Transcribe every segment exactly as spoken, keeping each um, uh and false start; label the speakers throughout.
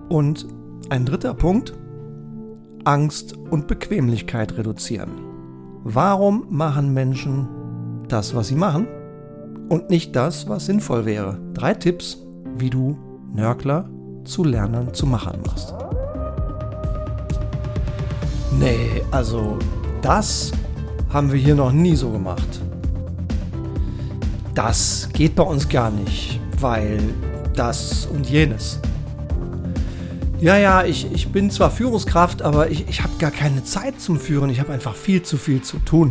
Speaker 1: Und ein dritter Punkt, Angst und Bequemlichkeit reduzieren. Warum machen Menschen das, was sie machen und nicht das, was sinnvoll wäre? Drei Tipps, wie du Nörgler zu Lernern zu Machern machst. Nee, also das haben wir hier noch nie so gemacht. Das geht bei uns gar nicht, weil das und jenes. Ja, ja, ich, ich bin zwar Führungskraft, aber ich, ich habe gar keine Zeit zum Führen. Ich habe einfach viel zu viel zu tun.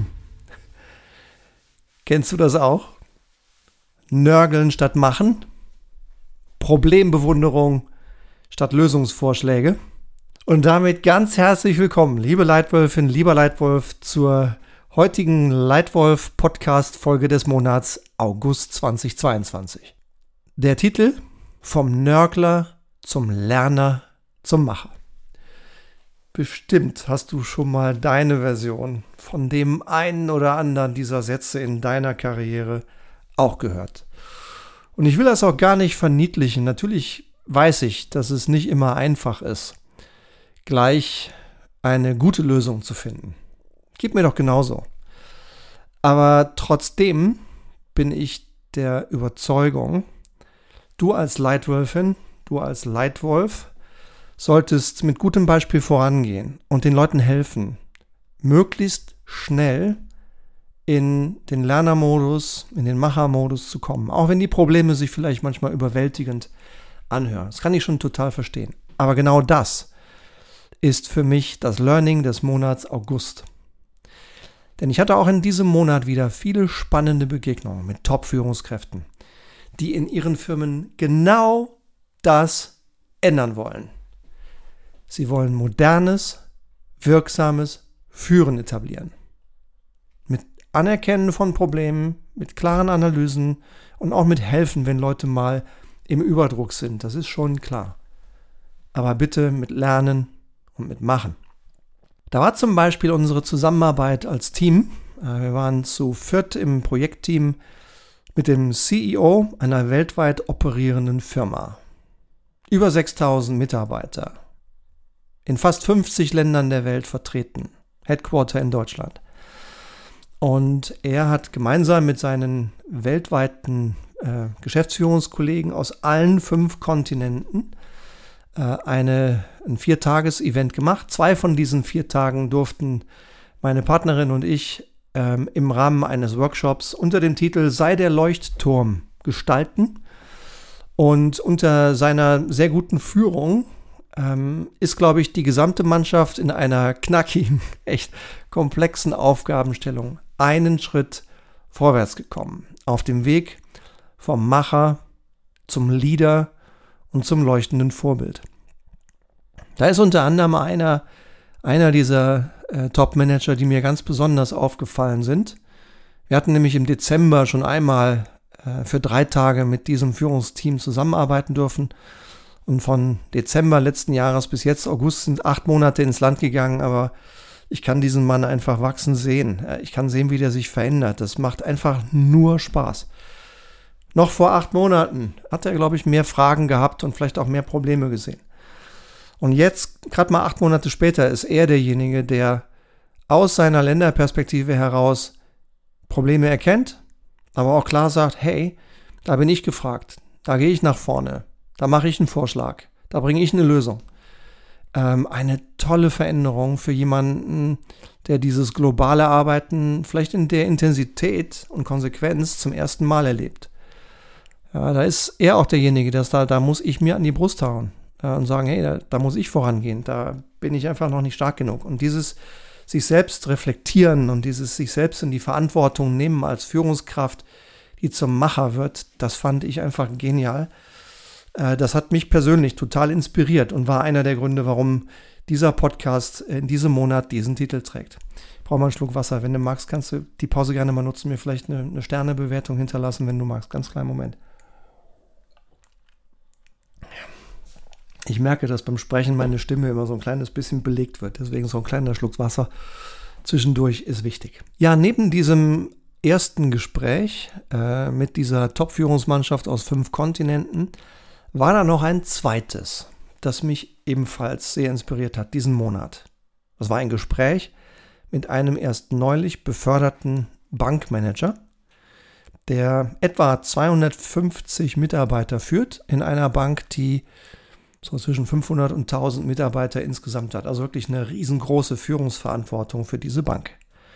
Speaker 1: Kennst du das auch? Nörgeln statt machen? Problembewunderung statt Lösungsvorschläge? Und damit ganz herzlich willkommen, liebe Leitwölfin, lieber Leitwolf, zur heutigen Leitwolf-Podcast-Folge des Monats August zweitausendzweiundzwanzig. Der Titel: Vom Nörgler zum Lerner zum Macher. Bestimmt hast du schon mal deine Version von dem einen oder anderen dieser Sätze in deiner Karriere auch gehört. Und ich will das auch gar nicht verniedlichen. Natürlich weiß ich, dass es nicht immer einfach ist, gleich eine gute Lösung zu finden. Geht mir doch genauso. Aber trotzdem bin ich der Überzeugung, du als Leitwölfin, du als Leitwolf solltest mit gutem Beispiel vorangehen und den Leuten helfen, möglichst schnell in den Lernermodus, in den Machermodus zu kommen. Auch wenn die Probleme sich vielleicht manchmal überwältigend anhören. Das kann ich schon total verstehen. Aber genau das ist für mich das Learning des Monats August. Denn ich hatte auch in diesem Monat wieder viele spannende Begegnungen mit Top-Führungskräften, die in ihren Firmen genau das ändern wollen. Sie wollen modernes, wirksames Führen etablieren. Mit Anerkennen von Problemen, mit klaren Analysen und auch mit Helfen, wenn Leute mal im Überdruck sind. Das ist schon klar. Aber bitte mit Lernen und mit Machen. Da war zum Beispiel unsere Zusammenarbeit als Team. Wir waren zu viert im Projektteam mit dem C E O einer weltweit operierenden Firma. Über sechstausend Mitarbeiter. In fast fünfzig Ländern der Welt vertreten. Headquarter in Deutschland. Und er hat gemeinsam mit seinen weltweiten äh, Geschäftsführungskollegen aus allen fünf Kontinenten äh, eine, ein Viertages-Event gemacht. Zwei von diesen vier Tagen durften meine Partnerin und ich ähm, im Rahmen eines Workshops unter dem Titel Sei der Leuchtturm gestalten. Und unter seiner sehr guten Führung ähm, ist, glaube ich, die gesamte Mannschaft in einer knackigen, echt komplexen Aufgabenstellung einen Schritt vorwärts gekommen. Auf dem Weg vom Macher zum Leader und zum leuchtenden Vorbild. Da ist unter anderem einer, einer dieser äh, Top-Manager, die mir ganz besonders aufgefallen sind. Wir hatten nämlich im Dezember schon einmal für drei Tage mit diesem Führungsteam zusammenarbeiten dürfen. Und von Dezember letzten Jahres bis jetzt, August, sind acht Monate ins Land gegangen, aber ich kann diesen Mann einfach wachsen sehen. Ich kann sehen, wie der sich verändert. Das macht einfach nur Spaß. Noch vor acht Monaten hat er, glaube ich, mehr Fragen gehabt und vielleicht auch mehr Probleme gesehen. Und jetzt, gerade mal acht Monate später, ist er derjenige, der aus seiner Länderperspektive heraus Probleme erkennt, aber auch klar sagt, hey, da bin ich gefragt, da gehe ich nach vorne, da mache ich einen Vorschlag, da bringe ich eine Lösung. Ähm, eine tolle Veränderung für jemanden, der dieses globale Arbeiten vielleicht in der Intensität und Konsequenz zum ersten Mal erlebt. Ja, da ist er auch derjenige, der da, da muss ich mir an die Brust hauen äh, und sagen, hey, da, da muss ich vorangehen, da bin ich einfach noch nicht stark genug. Und dieses sich selbst reflektieren und dieses sich selbst in die Verantwortung nehmen als Führungskraft, die zum Macher wird, das fand ich einfach genial. Das hat mich persönlich total inspiriert und war einer der Gründe, warum dieser Podcast in diesem Monat diesen Titel trägt. Ich brauche mal einen Schluck Wasser. Wenn du magst, kannst du die Pause gerne mal nutzen, mir vielleicht eine, eine Sternebewertung hinterlassen, wenn du magst. Ganz kleinen Moment. Ich merke, dass beim Sprechen meine Stimme immer so ein kleines bisschen belegt wird. Deswegen so ein kleiner Schluck Wasser zwischendurch ist wichtig. Ja, neben diesem ersten Gespräch äh, mit dieser Top-Führungsmannschaft aus fünf Kontinenten war da noch ein zweites das mich ebenfalls sehr inspiriert hat, diesen Monat. Das war ein Gespräch mit einem erst neulich beförderten Bankmanager, der etwa zweihundertfünfzig Mitarbeiter führt in einer Bank, die so zwischen fünfhundert und tausend Mitarbeiter insgesamt hat. Also wirklich eine riesengroße Führungsverantwortung für diese Bank.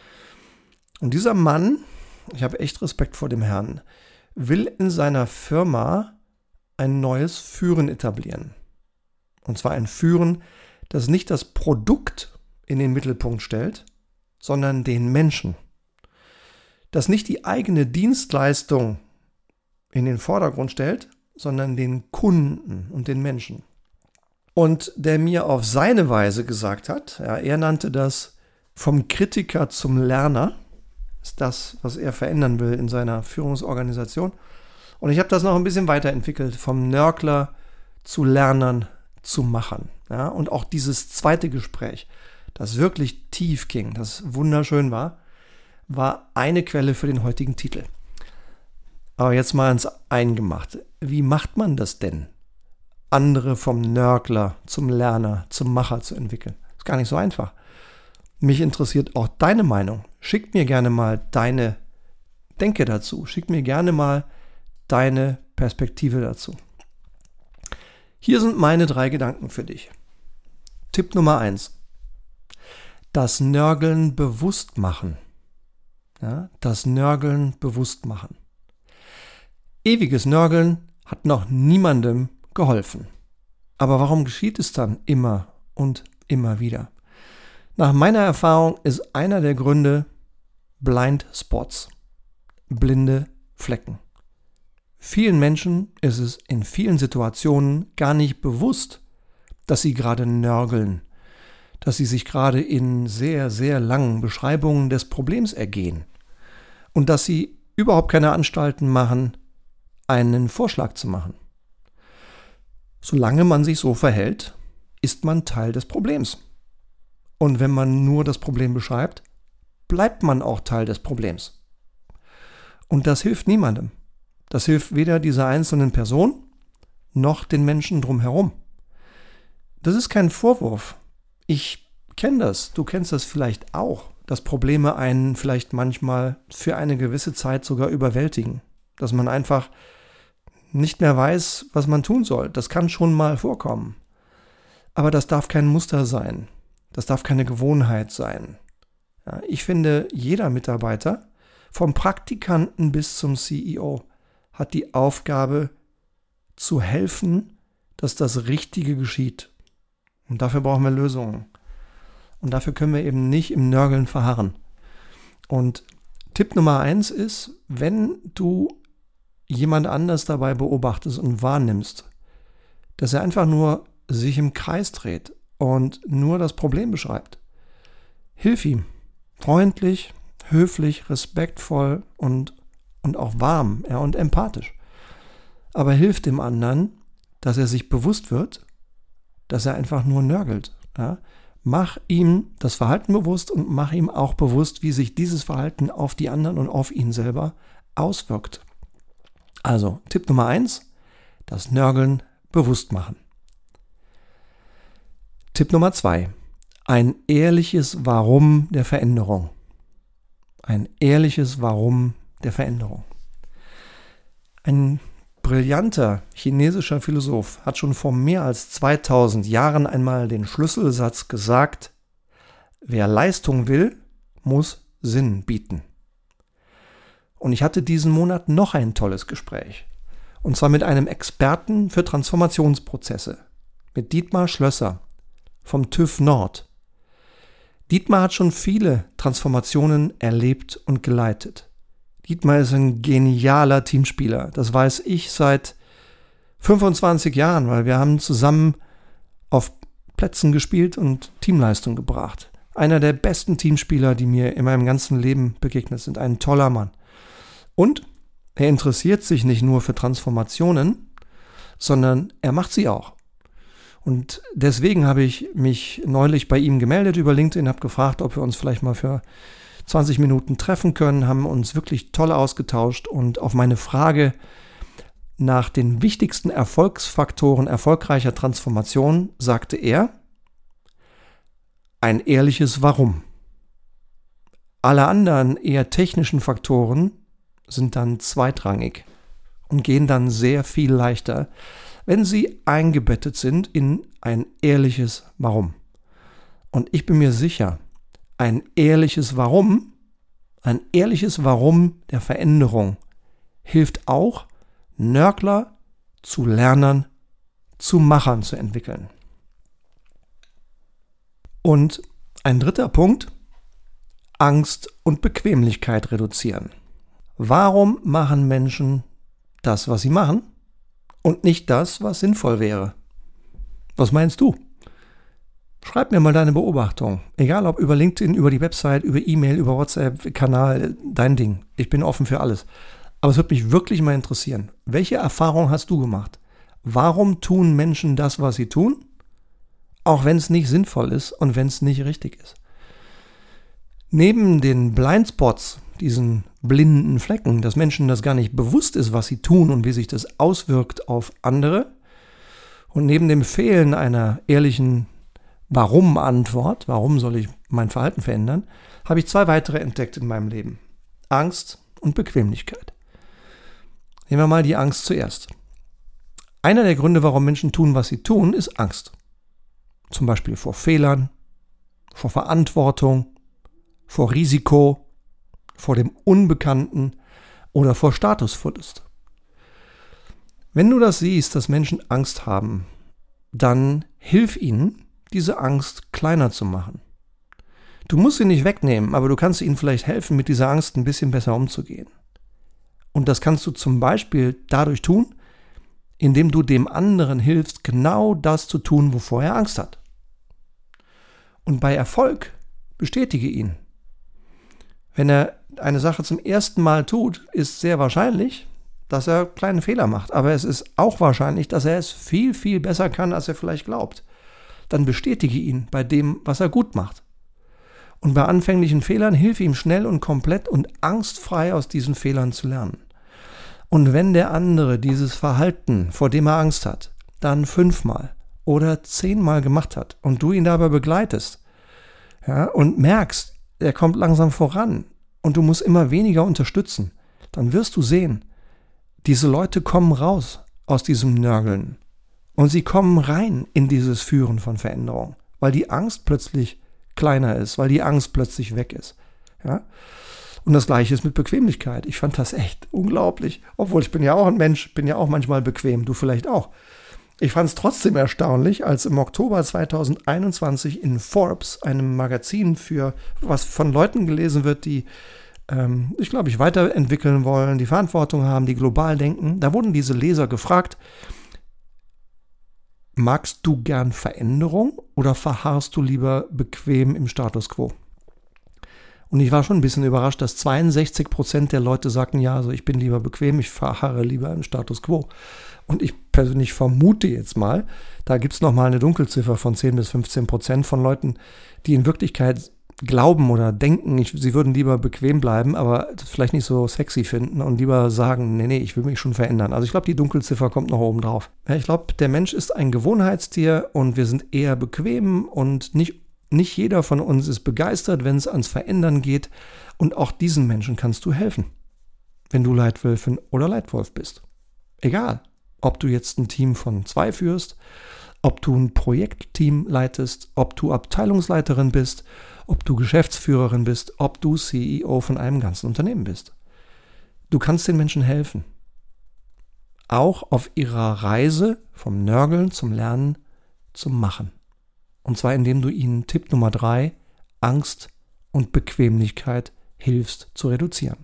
Speaker 1: Und dieser Mann, ich habe echt Respekt vor dem Herrn, will in seiner Firma ein neues Führen etablieren. Und zwar ein Führen, das nicht das Produkt in den Mittelpunkt stellt, sondern den Menschen. Das nicht die eigene Dienstleistung in den Vordergrund stellt, sondern den Kunden und den Menschen. Und der mir auf seine Weise gesagt hat, ja, er nannte das vom Kritiker zum Lerner, ist das, was er verändern will in seiner Führungsorganisation. Und ich habe das noch ein bisschen weiterentwickelt, vom Nörgler zu Lernern zu Machern. Ja, und auch dieses zweite Gespräch, das wirklich tief ging, das wunderschön war, war eine Quelle für den heutigen Titel. Aber jetzt mal ins Eingemachte. Wie macht man das denn? Andere vom Nörgler zum Lerner, zum Macher zu entwickeln. Ist gar nicht so einfach. Mich interessiert auch deine Meinung. Schick mir gerne mal deine Denke dazu. Schick mir gerne mal deine Perspektive dazu. Hier sind meine drei Gedanken für dich. Tipp Nummer eins. Das Nörgeln bewusst machen. Ja, das Nörgeln bewusst machen. Ewiges Nörgeln hat noch niemandem geholfen. Aber warum geschieht es dann immer und immer wieder? Nach meiner Erfahrung ist einer der Gründe Blind Spots, blinde Flecken. Vielen Menschen ist es in vielen Situationen gar nicht bewusst, dass sie gerade nörgeln, dass sie sich gerade in sehr, sehr langen Beschreibungen des Problems ergehen und dass sie überhaupt keine Anstalten machen, einen Vorschlag zu machen. Solange man sich so verhält, ist man Teil des Problems. Und wenn man nur das Problem beschreibt, bleibt man auch Teil des Problems. Und das hilft niemandem. Das hilft weder dieser einzelnen Person noch den Menschen drumherum. Das ist kein Vorwurf. Ich kenne das, du kennst das vielleicht auch, dass Probleme einen vielleicht manchmal für eine gewisse Zeit sogar überwältigen. Dass man einfach nicht mehr weiß, was man tun soll. Das kann schon mal vorkommen. Aber das darf kein Muster sein. Das darf keine Gewohnheit sein. Ja, ich finde, jeder Mitarbeiter, vom Praktikanten bis zum C E O, hat die Aufgabe zu helfen, dass das Richtige geschieht. Und dafür brauchen wir Lösungen. Und dafür können wir eben nicht im Nörgeln verharren. Und Tipp Nummer eins ist, wenn du jemand anders dabei beobachtest und wahrnimmst, dass er einfach nur sich im Kreis dreht und nur das Problem beschreibt, hilf ihm. Freundlich, höflich, respektvoll und, und auch warm, ja, und empathisch. Aber hilf dem anderen, dass er sich bewusst wird, dass er einfach nur nörgelt. Ja. Mach ihm das Verhalten bewusst und mach ihm auch bewusst, wie sich dieses Verhalten auf die anderen und auf ihn selber auswirkt. Also, Tipp Nummer eins, das Nörgeln bewusst machen. Tipp Nummer zwei, ein ehrliches Warum der Veränderung. Ein ehrliches Warum der Veränderung. Ein brillanter chinesischer Philosoph hat schon vor mehr als zweitausend Jahren einmal den Schlüsselsatz gesagt: Wer Leistung will, muss Sinn bieten. Und ich hatte diesen Monat noch ein tolles Gespräch. Und zwar mit einem Experten für Transformationsprozesse, mit Dietmar Schlösser vom TÜV Nord. Dietmar hat schon viele Transformationen erlebt und geleitet. Dietmar ist ein genialer Teamspieler. Das weiß ich seit fünfundzwanzig Jahren, weil wir haben zusammen auf Plätzen gespielt und Teamleistung gebracht. Einer der besten Teamspieler, die mir in meinem ganzen Leben begegnet sind. Ein toller Mann. Und er interessiert sich nicht nur für Transformationen, sondern er macht sie auch. Und deswegen habe ich mich neulich bei ihm gemeldet über LinkedIn, habe gefragt, ob wir uns vielleicht mal für zwanzig Minuten treffen können, haben uns wirklich toll ausgetauscht und auf meine Frage nach den wichtigsten Erfolgsfaktoren erfolgreicher Transformation sagte er, ein ehrliches Warum. Alle anderen eher technischen Faktoren sind dann zweitrangig und gehen dann sehr viel leichter, wenn sie eingebettet sind in ein ehrliches Warum. Und ich bin mir sicher, ein ehrliches Warum, ein ehrliches Warum der Veränderung hilft auch, Nörgler zu Lernern, zu Machern zu entwickeln. Und ein dritter Punkt, Angst und Bequemlichkeit reduzieren. Warum machen Menschen das, was sie machen und nicht das, was sinnvoll wäre? Was meinst du? Schreib mir mal deine Beobachtung. Egal ob über LinkedIn, über die Website, über E-Mail, über WhatsApp, Kanal, dein Ding. Ich bin offen für alles. Aber es würde mich wirklich mal interessieren. Welche Erfahrung hast du gemacht? Warum tun Menschen das, was sie tun? Auch wenn es nicht sinnvoll ist und wenn es nicht richtig ist. Neben den Blindspots, diesen blinden Flecken, dass Menschen das gar nicht bewusst ist, was sie tun und wie sich das auswirkt auf andere, und neben dem Fehlen einer ehrlichen Warum-Antwort, warum soll ich mein Verhalten verändern, habe ich zwei weitere entdeckt in meinem Leben. Angst und Bequemlichkeit. Nehmen wir mal die Angst zuerst. Einer der Gründe, warum Menschen tun, was sie tun, ist Angst. Zum Beispiel vor Fehlern, vor Verantwortung, vor Risiko, vor dem Unbekannten oder vor Statusverlust. Wenn du das siehst, dass Menschen Angst haben, dann hilf ihnen, diese Angst kleiner zu machen. Du musst sie nicht wegnehmen, aber du kannst ihnen vielleicht helfen, mit dieser Angst ein bisschen besser umzugehen. Und das kannst du zum Beispiel dadurch tun, indem du dem anderen hilfst, genau das zu tun, wovor er Angst hat. Und bei Erfolg bestätige ihn. Wenn er eine Sache zum ersten Mal tut, ist sehr wahrscheinlich, dass er kleine Fehler macht. Aber es ist auch wahrscheinlich, dass er es viel, viel besser kann, als er vielleicht glaubt. Dann bestätige ihn bei dem, was er gut macht. Und bei anfänglichen Fehlern hilf ihm schnell und komplett und angstfrei aus diesen Fehlern zu lernen. Und wenn der andere dieses Verhalten, vor dem er Angst hat, dann fünfmal oder zehnmal gemacht hat und du ihn dabei begleitest, ja, und merkst, er kommt langsam voran und du musst immer weniger unterstützen, dann wirst du sehen, diese Leute kommen raus aus diesem Nörgeln und sie kommen rein in dieses Führen von Veränderung, weil die Angst plötzlich kleiner ist, weil die Angst plötzlich weg ist. Ja? Und das Gleiche ist mit Bequemlichkeit. Ich fand das echt unglaublich, obwohl ich bin ja auch ein Mensch, bin ja auch manchmal bequem, du vielleicht auch. Ich fand es trotzdem erstaunlich, als im Oktober zweitausendeinundzwanzig in Forbes, einem Magazin, für was von Leuten gelesen wird, die, ähm, ich glaube, ich weiterentwickeln wollen, die Verantwortung haben, die global denken, da wurden diese Leser gefragt, magst du gern Veränderung oder verharrst du lieber bequem im Status quo? Und ich war schon ein bisschen überrascht, dass zweiundsechzig Prozent der Leute sagten, ja, also ich bin lieber bequem, ich verharre lieber im Status quo. Und ich persönlich vermute jetzt mal, da gibt es nochmal eine Dunkelziffer von zehn bis fünfzehn Prozent von Leuten, die in Wirklichkeit glauben oder denken, ich, sie würden lieber bequem bleiben, aber das vielleicht nicht so sexy finden und lieber sagen, nee, nee, ich will mich schon verändern. Also ich glaube, die Dunkelziffer kommt noch oben drauf. Ja, ich glaube, der Mensch ist ein Gewohnheitstier und wir sind eher bequem und nicht, nicht jeder von uns ist begeistert, wenn es ans Verändern geht. Und auch diesen Menschen kannst du helfen, wenn du Leitwölfin oder Leitwolf bist. Egal, ob du jetzt ein Team von zwei führst, ob du ein Projektteam leitest, ob du Abteilungsleiterin bist, ob du Geschäftsführerin bist, ob du C E O von einem ganzen Unternehmen bist. Du kannst den Menschen helfen. Auch auf ihrer Reise vom Nörgeln zum Lernen zum Machen. Und zwar indem du ihnen Tipp Nummer drei, Angst und Bequemlichkeit hilfst zu reduzieren.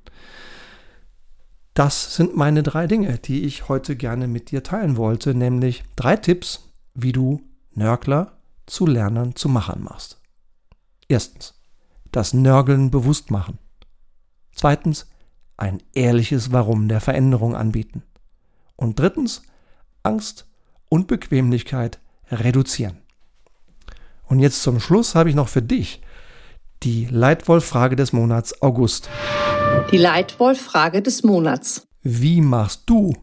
Speaker 1: Das sind meine drei Dinge, die ich heute gerne mit dir teilen wollte, nämlich drei Tipps, wie du Nörgler zu Lernern zu Machern machst. Erstens, das Nörgeln bewusst machen. Zweitens, ein ehrliches Warum der Veränderung anbieten. Und drittens, Angst und Bequemlichkeit reduzieren. Und jetzt zum Schluss habe ich noch für dich die Leitwolf-Frage des Monats August.
Speaker 2: Die Leitwolf-Frage des Monats.
Speaker 1: Wie machst du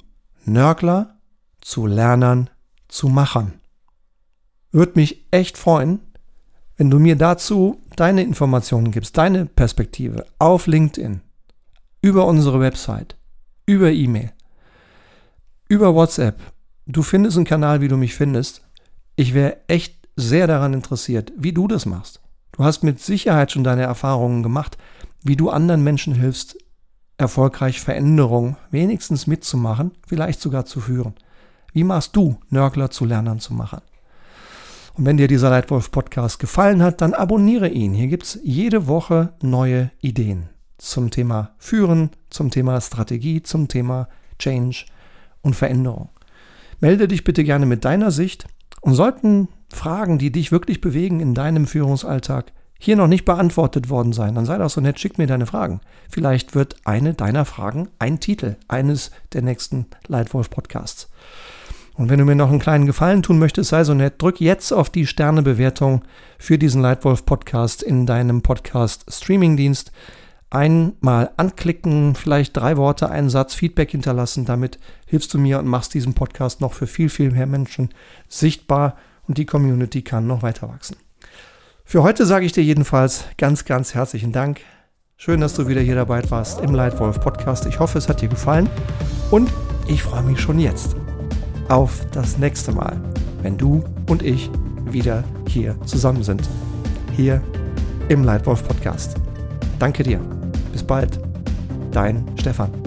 Speaker 1: Nörgler zu Lernern zu Machern. Würde mich echt freuen, wenn du mir dazu deine Informationen gibst, deine Perspektive auf LinkedIn, über unsere Website, über E-Mail, über WhatsApp. Du findest einen Kanal, wie du mich findest. Ich wäre echt sehr daran interessiert, wie du das machst. Du hast mit Sicherheit schon deine Erfahrungen gemacht, wie du anderen Menschen hilfst, erfolgreich Veränderungen wenigstens mitzumachen, vielleicht sogar zu führen. Wie machst du Nörgler zu Lernern zu machen? Und wenn dir dieser Leitwolf-Podcast gefallen hat, dann abonniere ihn. Hier gibt es jede Woche neue Ideen zum Thema Führen, zum Thema Strategie, zum Thema Change und Veränderung. Melde dich bitte gerne mit deiner Sicht und sollten Fragen, die dich wirklich bewegen in deinem Führungsalltag, hier noch nicht beantwortet worden sein, dann sei doch so nett, schick mir deine Fragen. Vielleicht wird eine deiner Fragen ein Titel eines der nächsten Leitwolf-Podcasts. Und wenn du mir noch einen kleinen Gefallen tun möchtest, sei so nett, drück jetzt auf die Sternebewertung für diesen Leitwolf-Podcast in deinem Podcast-Streaming-Dienst. Einmal anklicken, vielleicht drei Worte, einen Satz, Feedback hinterlassen. Damit hilfst du mir und machst diesen Podcast noch für viel, viel mehr Menschen sichtbar und die Community kann noch weiter wachsen. Für heute sage ich dir jedenfalls ganz, ganz herzlichen Dank. Schön, dass du wieder hier dabei warst im Leitwolf-Podcast. Ich hoffe, es hat dir gefallen und ich freue mich schon jetzt auf das nächste Mal, wenn du und ich wieder hier zusammen sind. Hier im Leitwolf-Podcast. Danke dir. Bis bald. Dein Stefan.